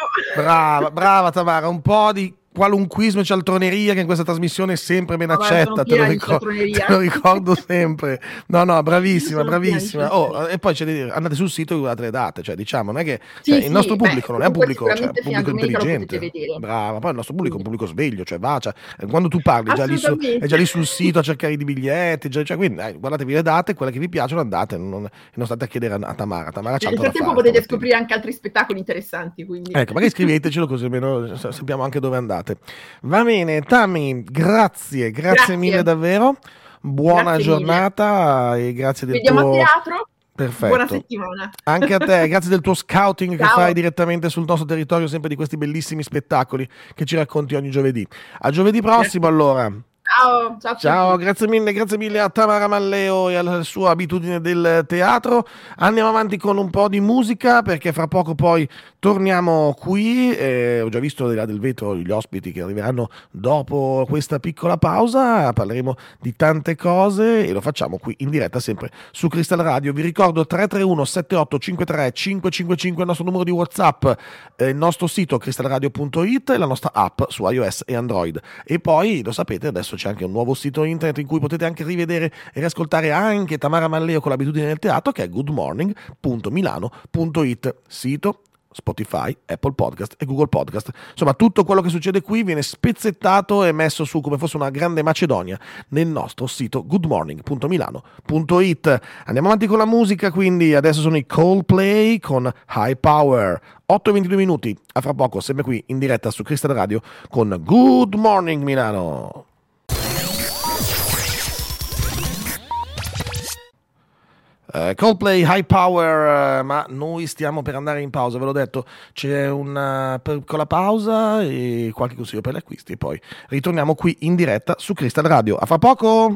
brava Tamara, un po' di qualunquismo e cialtroneria che in questa trasmissione è sempre ben Vabbè, accetta, sono te lo, piena di cialtroneria. te lo ricordo sempre. No, bravissima, Sono piena di bravissima. cialtroneria. E poi c'è da dire, andate sul sito e guardate le date, cioè diciamo, non è che Sì, il nostro pubblico non è un comunque pubblico, cioè, sicuramente fino a pubblico domenica lo intelligente. potete vedere. Brava, poi il nostro pubblico è un pubblico sveglio, cioè quando tu parli è già Assolutamente. lì sul sito a cercare i biglietti, cioè, quindi guardatevi le date, quelle che vi piacciono andate, non state a chiedere a Tamara. Tamara c'ha Nel altro da frattempo fare potete stamattina. scoprire anche altri spettacoli interessanti, quindi... Ecco, magari scrivetecelo così almeno sappiamo anche dove andate. Va bene, Tami, grazie mille davvero. Buona Grazie giornata e grazie del Vediamo tuo... a teatro. Perfetto. Buona settimana. Anche a te, grazie del tuo scouting che Ciao. fai direttamente sul nostro territorio, sempre di questi bellissimi spettacoli che ci racconti ogni giovedì. A giovedì prossimo allora. Ciao. Grazie mille a Tamara Malleo e alla sua abitudine del teatro. Andiamo avanti con un po' di musica perché fra poco poi torniamo qui. Ho già visto di là del vetro gli ospiti che arriveranno dopo questa piccola pausa. Parleremo di tante cose e lo facciamo qui in diretta sempre su Crystal Radio. Vi ricordo 331 7853 555 il nostro numero di WhatsApp, il nostro sito crystalradio.it e la nostra app su iOS e Android. E poi lo sapete, adesso c'è anche un nuovo sito internet in cui potete anche rivedere e riascoltare anche Tamara Malleo con l'abitudine del teatro, che è goodmorning.milano.it, sito Spotify, Apple Podcast e Google Podcast. Insomma, tutto quello che succede qui viene spezzettato e messo su come fosse una grande Macedonia nel nostro sito goodmorning.milano.it. Andiamo avanti con la musica, quindi adesso sono i Coldplay con High Power. 8:22 minuti, a fra poco, sempre qui in diretta su Crystal Radio con Good Morning Milano. Coldplay High Power, ma noi stiamo per andare in pausa, ve l'ho detto, c'è una piccola pausa e qualche consiglio per gli acquisti e poi ritorniamo qui in diretta su Crystal Radio. A fra poco!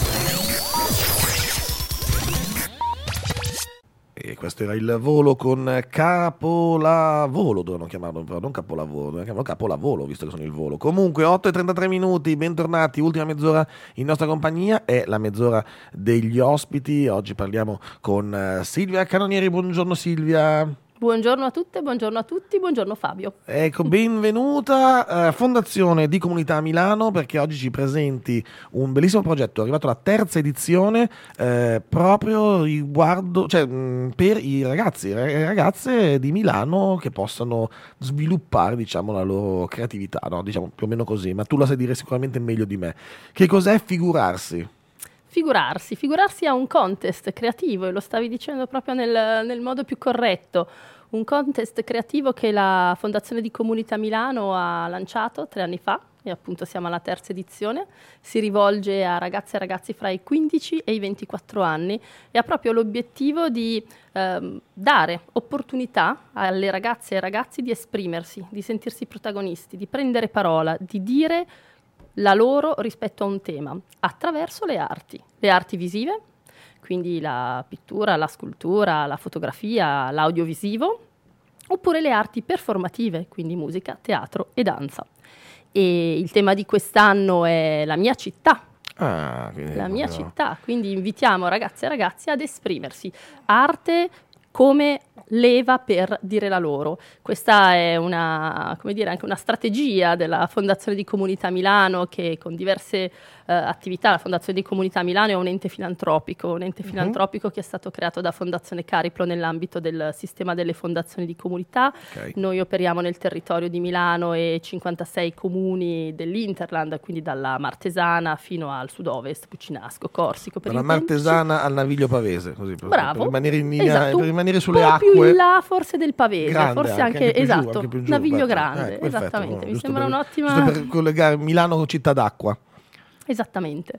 E questo era il volo con Capolavolo, dovevano chiamarlo, però non Capolavoro, dovevano chiamarlo Capolavolo, visto che sono il volo. Comunque 8:33 minuti, bentornati, ultima mezz'ora in nostra compagnia, è la mezz'ora degli ospiti. Oggi parliamo con Silvia Canonieri. Buongiorno Silvia. Buongiorno a tutte, buongiorno a tutti, buongiorno Fabio. Ecco, benvenuta. Fondazione di Comunità Milano, perché oggi ci presenti un bellissimo progetto, è arrivato alla terza edizione, proprio riguardo, cioè, per i ragazzi e ragazze di Milano che possano sviluppare, diciamo, la loro creatività, no? Diciamo più o meno così, ma tu la sai dire sicuramente meglio di me. Che cos'è Figurarsi? Figurarsi a un contest creativo, e lo stavi dicendo proprio nel modo più corretto. Un contest creativo che la Fondazione di Comunità Milano ha lanciato 3 anni fa, e appunto siamo alla terza edizione. Si rivolge a ragazze e ragazzi fra i 15 e i 24 anni e ha proprio l'obiettivo di dare opportunità alle ragazze e ai ragazzi di esprimersi, di sentirsi protagonisti, di prendere parola, di dire la loro rispetto a un tema attraverso le arti visive, quindi la pittura, la scultura, la fotografia, l'audiovisivo, oppure le arti performative, quindi musica, teatro e danza. E il tema di quest'anno è la mia città. La mia città, quindi invitiamo ragazze e ragazzi ad esprimersi. Arte come leva per dire la loro. Questa è una, come dire, anche una strategia della Fondazione di Comunità Milano, che con diverse attività, la Fondazione di Comunità Milano è un ente filantropico che è stato creato da Fondazione Cariplo nell'ambito del sistema delle fondazioni di comunità. Okay. Noi operiamo nel territorio di Milano e 56 comuni dell'Interland, quindi dalla Martesana fino al sud-ovest, Buccinasco, Corsico. Per Dalla Martesana al Naviglio Pavese, così Bravo, per rimanere in linea, esatto, per rimanere sulle un po' acque. più in là forse del Pavese, grande, forse anche più esatto, giù, anche più giù, Naviglio perfetto. Grande, Perfetto, esattamente, mi giusto sembra per, un'ottima... giusto per collegare Milano con Città d'Acqua. Esattamente.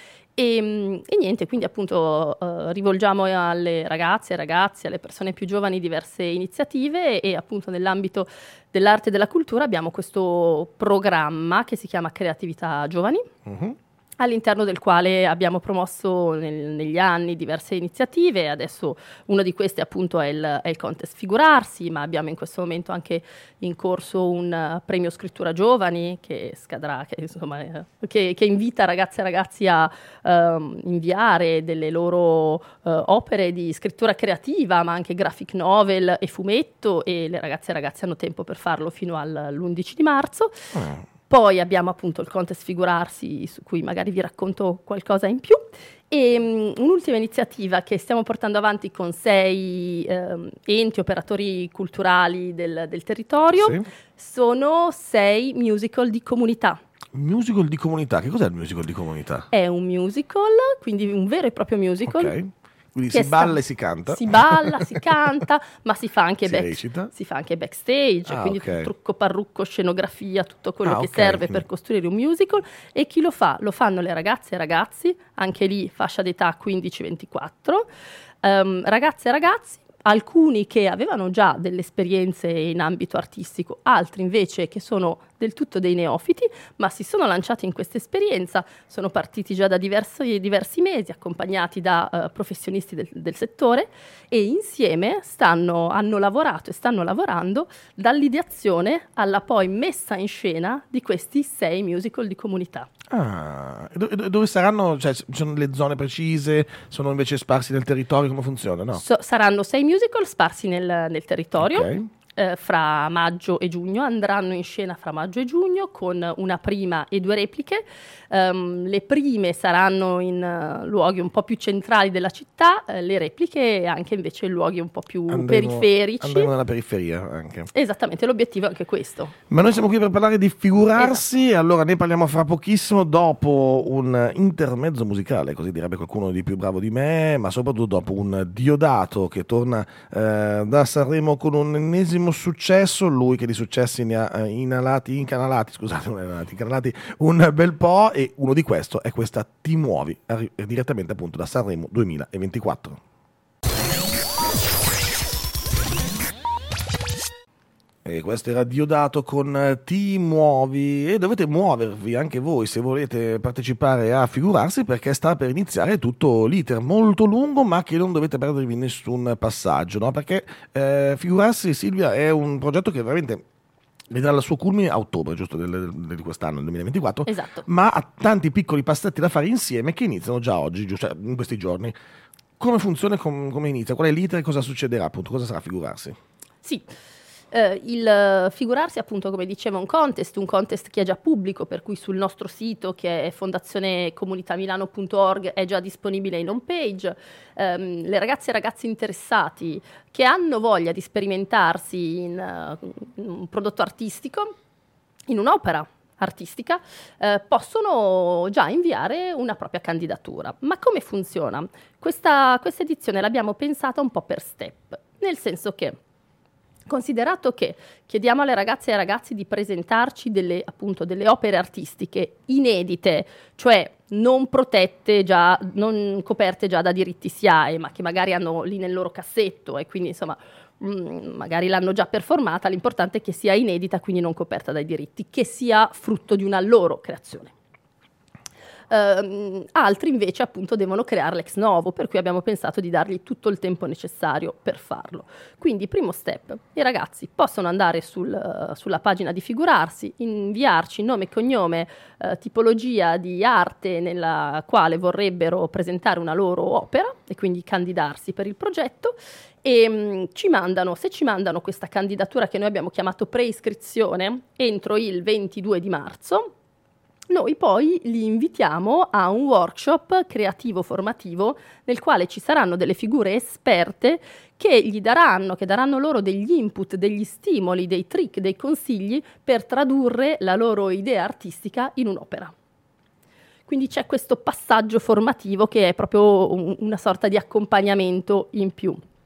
E niente, quindi appunto rivolgiamo alle ragazze, ai ragazzi, alle persone più giovani diverse iniziative e appunto nell'ambito dell'arte e della cultura abbiamo questo programma che si chiama Creatività Giovani, all'interno del quale abbiamo promosso negli anni diverse iniziative. Adesso una di queste appunto è il contest Figurarsi, ma abbiamo in questo momento anche in corso un premio Scrittura Giovani che scadrà, che invita ragazze e ragazzi a inviare delle loro opere di scrittura creativa, ma anche graphic novel e fumetto, e le ragazze e ragazzi hanno tempo per farlo fino all'11 di marzo. Poi abbiamo appunto il contest Figurarsi, su cui magari vi racconto qualcosa in più, e un'ultima iniziativa che stiamo portando avanti con 6 enti operatori culturali del territorio. Sì. Sono 6 musical di comunità. Musical di comunità, che cos'è il musical di comunità? È un musical, quindi un vero e proprio musical. Ok, quindi si balla e si canta. Si balla, si canta, ma si fa anche, si fa anche backstage, quindi trucco, parrucco, scenografia, tutto quello che serve per costruire un musical. E chi lo fa? Lo fanno le ragazze e ragazzi, anche lì fascia d'età 15-24, ragazze e ragazzi, alcuni che avevano già delle esperienze in ambito artistico, altri invece che sono del tutto dei neofiti, ma si sono lanciati in questa esperienza, sono partiti già da diversi mesi, accompagnati da professionisti del settore, e insieme hanno lavorato e stanno lavorando dall'ideazione alla poi messa in scena di questi 6 musical di comunità. Ah, e dove saranno? Cioè, ci sono le zone precise? Sono invece sparsi nel territorio? Come funziona? No? Saranno 6 musical sparsi nel territorio. Ok. Fra maggio e giugno, andranno in scena fra maggio e giugno con una prima e 2 repliche. Le prime saranno in luoghi un po' più centrali della città, le repliche anche invece in luoghi un po' più periferici. Andremo nella periferia anche. Esattamente, l'obiettivo è anche questo. Ma noi siamo qui per parlare di Figurarsi, esatto. Allora ne parliamo fra pochissimo, dopo un intermezzo musicale, così direbbe qualcuno di più bravo di me, ma soprattutto dopo un Diodato che torna da Sanremo con un ennesimo successo, lui che di successi ne ha incanalati un bel po', e uno di questo è questa Ti muovi, direttamente appunto da Sanremo 2024. E questo era Diodato con Ti muovi, e dovete muovervi anche voi se volete partecipare a Figurarsi, perché sta per iniziare tutto l'iter molto lungo, ma che non dovete perdervi nessun passaggio, no? Perché Figurarsi, Silvia, è un progetto che veramente vedrà il suo culmine a ottobre, giusto, di quest'anno, il 2024, esatto. Ma ha tanti piccoli passetti da fare insieme che iniziano già oggi, cioè in questi giorni. Come funziona, come inizia, qual è l'iter e cosa succederà, appunto, cosa sarà Figurarsi? Sì. Il Figurarsi, appunto, come dicevo, un contest che è già pubblico, per cui sul nostro sito, che è fondazionecomunitamilano.org, è già disponibile in home page. Le ragazze e ragazzi interessati che hanno voglia di sperimentarsi in un prodotto artistico, in un'opera artistica, possono già inviare una propria candidatura. Ma come funziona? Questa edizione l'abbiamo pensata un po' per step, nel senso che, considerato che chiediamo alle ragazze e ai ragazzi di presentarci delle opere artistiche inedite, cioè non protette già, non coperte già da diritti SIAE, ma che magari hanno lì nel loro cassetto e quindi insomma magari l'hanno già performata, l'importante è che sia inedita, quindi non coperta dai diritti, che sia frutto di una loro creazione. Altri invece appunto devono crearla ex novo, per cui abbiamo pensato di dargli tutto il tempo necessario per farlo. Quindi primo step, i ragazzi possono andare sulla pagina di Figurarsi, inviarci nome e cognome, tipologia di arte nella quale vorrebbero presentare una loro opera e quindi candidarsi per il progetto, e se ci mandano questa candidatura, che noi abbiamo chiamato preiscrizione, entro il 22 di marzo, noi poi li invitiamo a un workshop creativo formativo nel quale ci saranno delle figure esperte che daranno loro degli input, degli stimoli, dei trick, dei consigli per tradurre la loro idea artistica in un'opera. Quindi c'è questo passaggio formativo che è proprio una sorta di accompagnamento in più.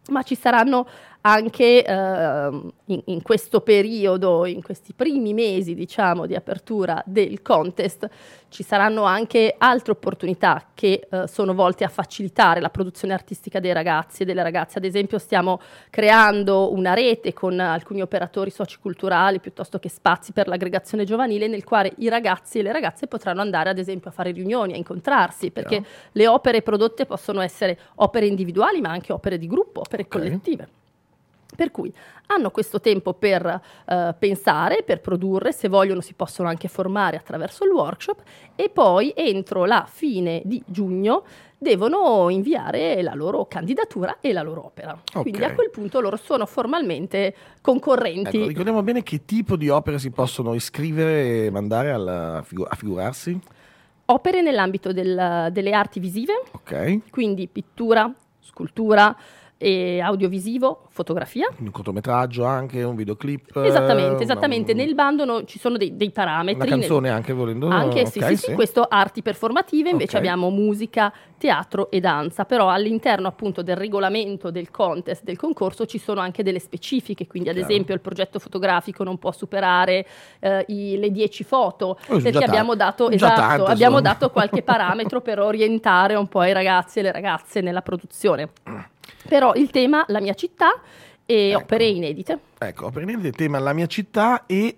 ma ci saranno anche in questo periodo, in questi primi mesi, diciamo, di apertura del contest, ci saranno anche altre opportunità che sono volte a facilitare la produzione artistica dei ragazzi e delle ragazze. Ad esempio stiamo creando una rete con alcuni operatori socioculturali piuttosto che spazi per l'aggregazione giovanile, nel quale i ragazzi e le ragazze potranno andare ad esempio a fare riunioni, a incontrarsi, perché le opere prodotte possono essere opere individuali ma anche opere di gruppo, opere collettive. Per cui hanno questo tempo per pensare, per produrre, se vogliono si possono anche formare attraverso il workshop, e poi entro la fine di giugno devono inviare la loro candidatura e la loro opera. Quindi a quel punto loro sono formalmente concorrenti. Ecco, ricordiamo bene che tipo di opere si possono iscrivere e mandare a figurarsi? Opere nell'ambito delle arti visive, quindi pittura, scultura, e audiovisivo, fotografia. Un cortometraggio anche, un videoclip. Esattamente. Nel bando ci sono dei parametri. Una canzone anche volendo. Anche sì. Questo arti performative, invece abbiamo musica, teatro e danza, però all'interno appunto del regolamento del contest, del concorso, ci sono anche delle specifiche, quindi ad esempio il progetto fotografico non può superare le 10 foto, perché abbiamo dato abbiamo dato qualche parametro per orientare un po' i ragazzi e le ragazze nella produzione. Però il tema, la mia città, e opere inedite. Opere inedite, tema la mia città, e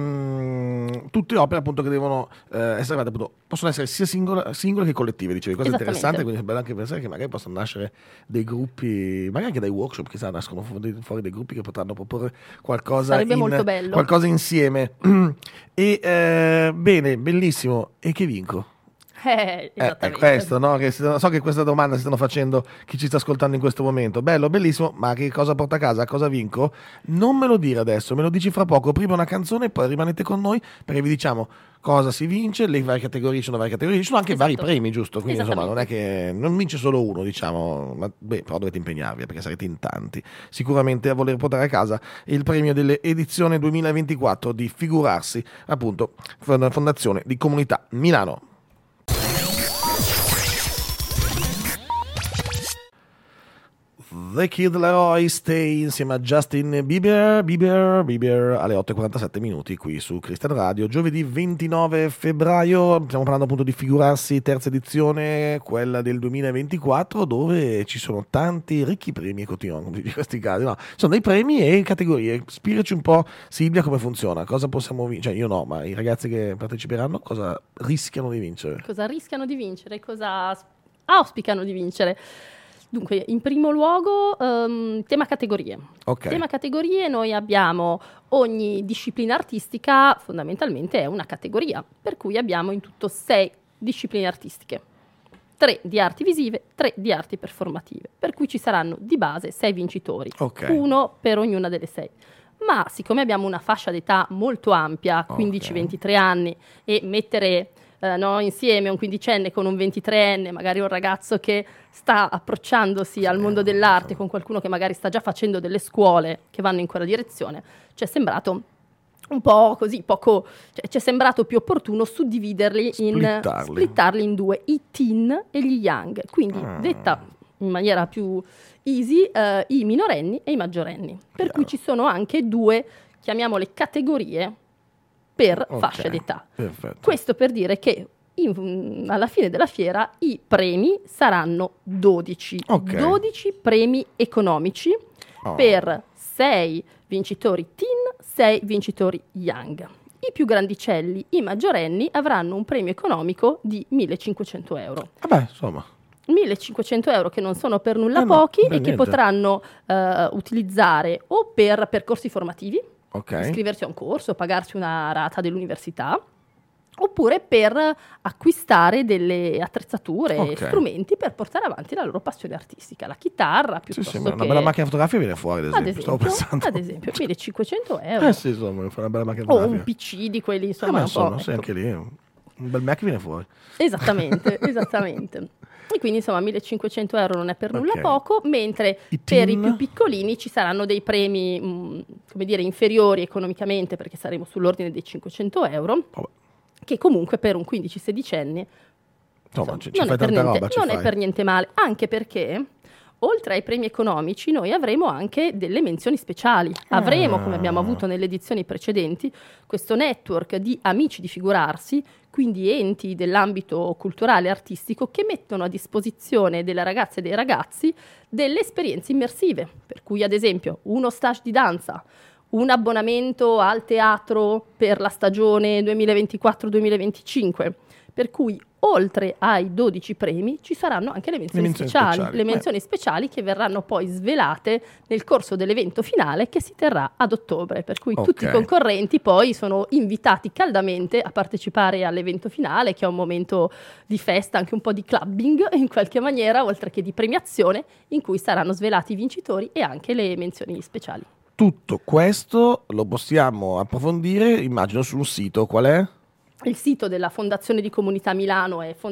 tutte opere appunto che devono essere fatte, appunto, possono essere sia singole che collettive, dicevi, cosa interessante, quindi è bello anche pensare che magari possono nascere dei gruppi, magari anche dai workshop, chissà, nascono fuori dei gruppi che potranno proporre qualcosa. Sarebbe molto bello. Qualcosa insieme. E bene, bellissimo. E che vinco? Esattamente. Questo, no? Che so che questa domanda si stanno facendo chi ci sta ascoltando in questo momento. Bello, bellissimo, ma che cosa porta a casa? Cosa vinco? Non me lo dire adesso, me lo dici fra poco. Prima una canzone e poi rimanete con noi perché vi diciamo cosa si vince, le varie categorie, ci sono anche vari premi, giusto? Quindi insomma non è che non vince solo uno, diciamo, ma però dovete impegnarvi perché sarete in tanti sicuramente a voler portare a casa il premio dell'edizione 2024 di Figurarsi, appunto, Fondazione di Comunità Milano. The Kid Laroi Stay insieme a Justin Bieber alle 8:47 minuti qui su Cristian Radio, giovedì 29 febbraio. Stiamo parlando appunto di Figurarsi, terza edizione, quella del 2024, dove ci sono tanti ricchi premi e continuano in questi casi. No, sono dei premi e categorie. Spiegaci un po', Silvia, come funziona, cosa possiamo vincere? Cioè io no, ma i ragazzi che parteciperanno cosa rischiano di vincere? Cosa rischiano di vincere? Cosa auspicano di vincere? Dunque, in primo luogo, tema categorie. Tema categorie, noi abbiamo ogni disciplina artistica, fondamentalmente è una categoria, per cui abbiamo in tutto 6 discipline artistiche. 3 di arti visive, 3 di arti performative, per cui ci saranno di base 6 vincitori, uno per ognuna delle 6. Ma siccome abbiamo una fascia d'età molto ampia, 15-23 anni, e mettere insieme un quindicenne con un 23enne, magari un ragazzo che sta approcciandosi al mondo dell'arte con qualcuno che magari sta già facendo delle scuole che vanno in quella direzione, ci è sembrato un po' così, poco, ci è sembrato più opportuno suddividerli, splittarli in 2, i teen e gli young, quindi detta in maniera più easy, i minorenni e i maggiorenni, per cui ci sono anche 2, chiamiamole categorie, per fascia d'età. Perfetto. Questo per dire che alla fine della fiera i premi saranno 12. 12 premi economici per 6 vincitori teen, 6 vincitori young. I più grandicelli, i maggiorenni, avranno un premio economico di 1.500 euro. Insomma. 1.500 euro che non sono per nulla pochi e che potranno utilizzare o per percorsi formativi, iscriversi a un corso, pagarsi una rata dell'università, oppure per acquistare delle attrezzature e strumenti per portare avanti la loro passione artistica, la chitarra piuttosto che... una bella macchina fotografica viene fuori, ad esempio 1.500 euro. Insomma, fa una bella macchina fotografica. O un PC di quelli, insomma, anche lì un bel Mac viene fuori. Esattamente. E quindi insomma 1.500 euro non è per nulla poco, mentre per i più piccolini ci saranno dei premi, come dire, inferiori economicamente, perché saremo sull'ordine dei 500 euro, che comunque per un 15-16enne non è per niente male, anche perché oltre ai premi economici, noi avremo anche delle menzioni speciali. Avremo, come abbiamo avuto nelle edizioni precedenti, questo network di amici di Figurarsi, quindi enti dell'ambito culturale e artistico che mettono a disposizione delle ragazze e dei ragazzi delle esperienze immersive, per cui ad esempio uno stage di danza, un abbonamento al teatro per la stagione 2024-2025, per cui oltre ai 12 premi ci saranno anche le menzioni speciali. Le menzioni speciali che verranno poi svelate nel corso dell'evento finale che si terrà ad ottobre, per cui tutti i concorrenti poi sono invitati caldamente a partecipare all'evento finale, che è un momento di festa, anche un po' di clubbing in qualche maniera, oltre che di premiazione, in cui saranno svelati i vincitori e anche le menzioni speciali. Tutto questo lo possiamo approfondire, immagino, sul sito. Qual è? Il sito della Fondazione di Comunità Milano è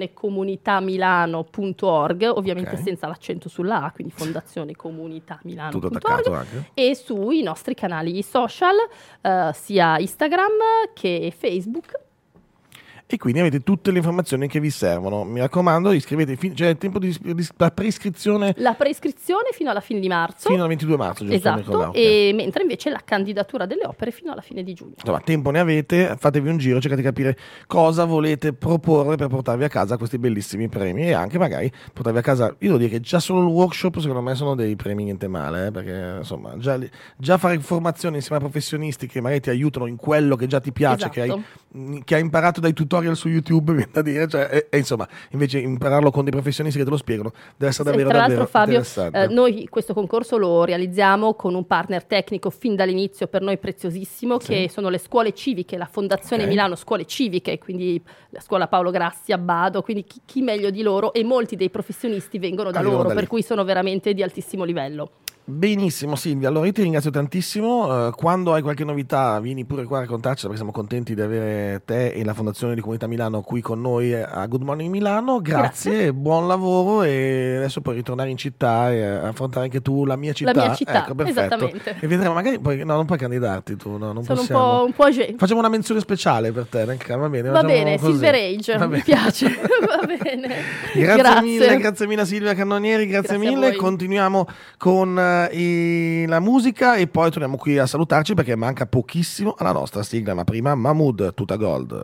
fondazionecomunitamilano.org, ovviamente senza l'accento sulla A, quindi fondazionecomunitamilano.org. Tutto attaccato anche. E sui nostri canali social, sia Instagram che Facebook. E quindi avete tutte le informazioni che vi servono. Mi raccomando, iscrivetevi, c'è il tempo di la preiscrizione. La preiscrizione fino alla fine di marzo. Fino al 22 marzo, giusto? Esatto, e mentre invece la candidatura delle opere fino alla fine di giugno. Insomma, tempo ne avete, fatevi un giro, cercate di capire cosa volete proporre per portarvi a casa questi bellissimi premi e anche magari portarvi a casa, io devo dire che già solo il workshop secondo me sono dei premi niente male, perché insomma già fare formazione insieme a professionisti che magari ti aiutano in quello che già ti piace, esatto, che hai imparato dai tutorial su YouTube, viene da dire, cioè, e insomma, invece impararlo con dei professionisti che te lo spiegano deve essere davvero, tra l'altro, davvero Fabio, interessante. Noi questo concorso lo realizziamo con un partner tecnico fin dall'inizio per noi preziosissimo, che sono le scuole civiche, la Fondazione Milano Scuole Civiche, quindi la scuola Paolo Grassi a Bado, quindi chi meglio di loro, e molti dei professionisti vengono da loro, per cui sono veramente di altissimo livello. Benissimo Silvia, allora io ti ringrazio tantissimo, quando hai qualche novità vieni pure qua a raccontarci, perché siamo contenti di avere te e la Fondazione di Comunità Milano qui con noi a Good Morning Milano. Grazie. Buon lavoro, e adesso puoi ritornare in città e affrontare anche tu la mia città. La mia città, ecco, perfetto. Esattamente. E vedremo, magari poi, no, non puoi candidarti tu, no, non sono possiamo. un po' age. Facciamo una menzione speciale per te, va bene? Va bene, Silver Age, mi piace. Va bene. Grazie mille Silvia Cannonieri, grazie mille. Continuiamo con la musica e poi torniamo qui a salutarci perché manca pochissimo alla nostra sigla, ma prima Mahmood, Tuta Gold.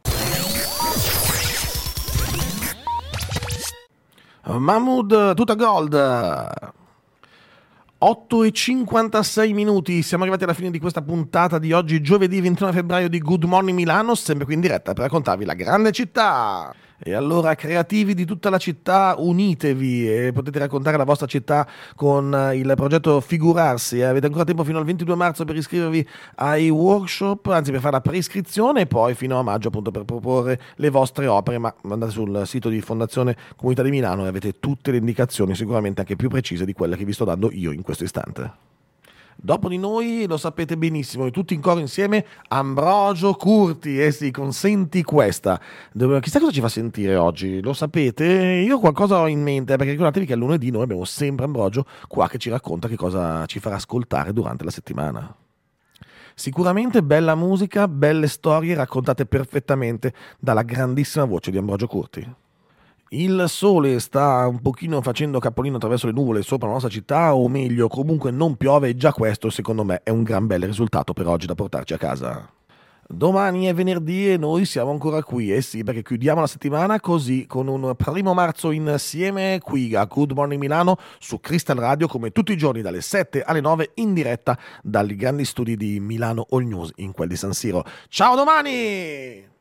Mahmood, Tuta Gold. 8:56 minuti, siamo arrivati alla fine di questa puntata di oggi, giovedì 29 febbraio di Good Morning Milano, sempre qui in diretta per raccontarvi la grande città. E allora, creativi di tutta la città, unitevi e potete raccontare la vostra città con il progetto Figurarsi. Avete ancora tempo fino al 22 marzo per iscrivervi ai workshop, anzi per fare la preiscrizione, e poi fino a maggio appunto per proporre le vostre opere. Ma andate sul sito di Fondazione Comunità di Milano e avete tutte le indicazioni, sicuramente anche più precise di quelle che vi sto dando io in questo istante. Dopo di noi, lo sapete benissimo, e tutti in coro insieme, Ambrogio Curti, sì, con Senti Questa. Chissà cosa ci fa sentire oggi, lo sapete? Io qualcosa ho in mente, perché ricordatevi che a lunedì noi abbiamo sempre Ambrogio qua che ci racconta che cosa ci farà ascoltare durante la settimana. Sicuramente bella musica, belle storie raccontate perfettamente dalla grandissima voce di Ambrogio Curti. Il sole sta un pochino facendo capolino attraverso le nuvole sopra la nostra città, o meglio, comunque non piove, e già questo secondo me è un gran bel risultato per oggi da portarci a casa. Domani è venerdì e noi siamo ancora qui, sì, perché chiudiamo la settimana così, con un 1 marzo insieme qui a Good Morning Milano su Crystal Radio, come tutti i giorni dalle 7 alle 9 in diretta dai grandi studi di Milano All News in quel di San Siro. Ciao, domani!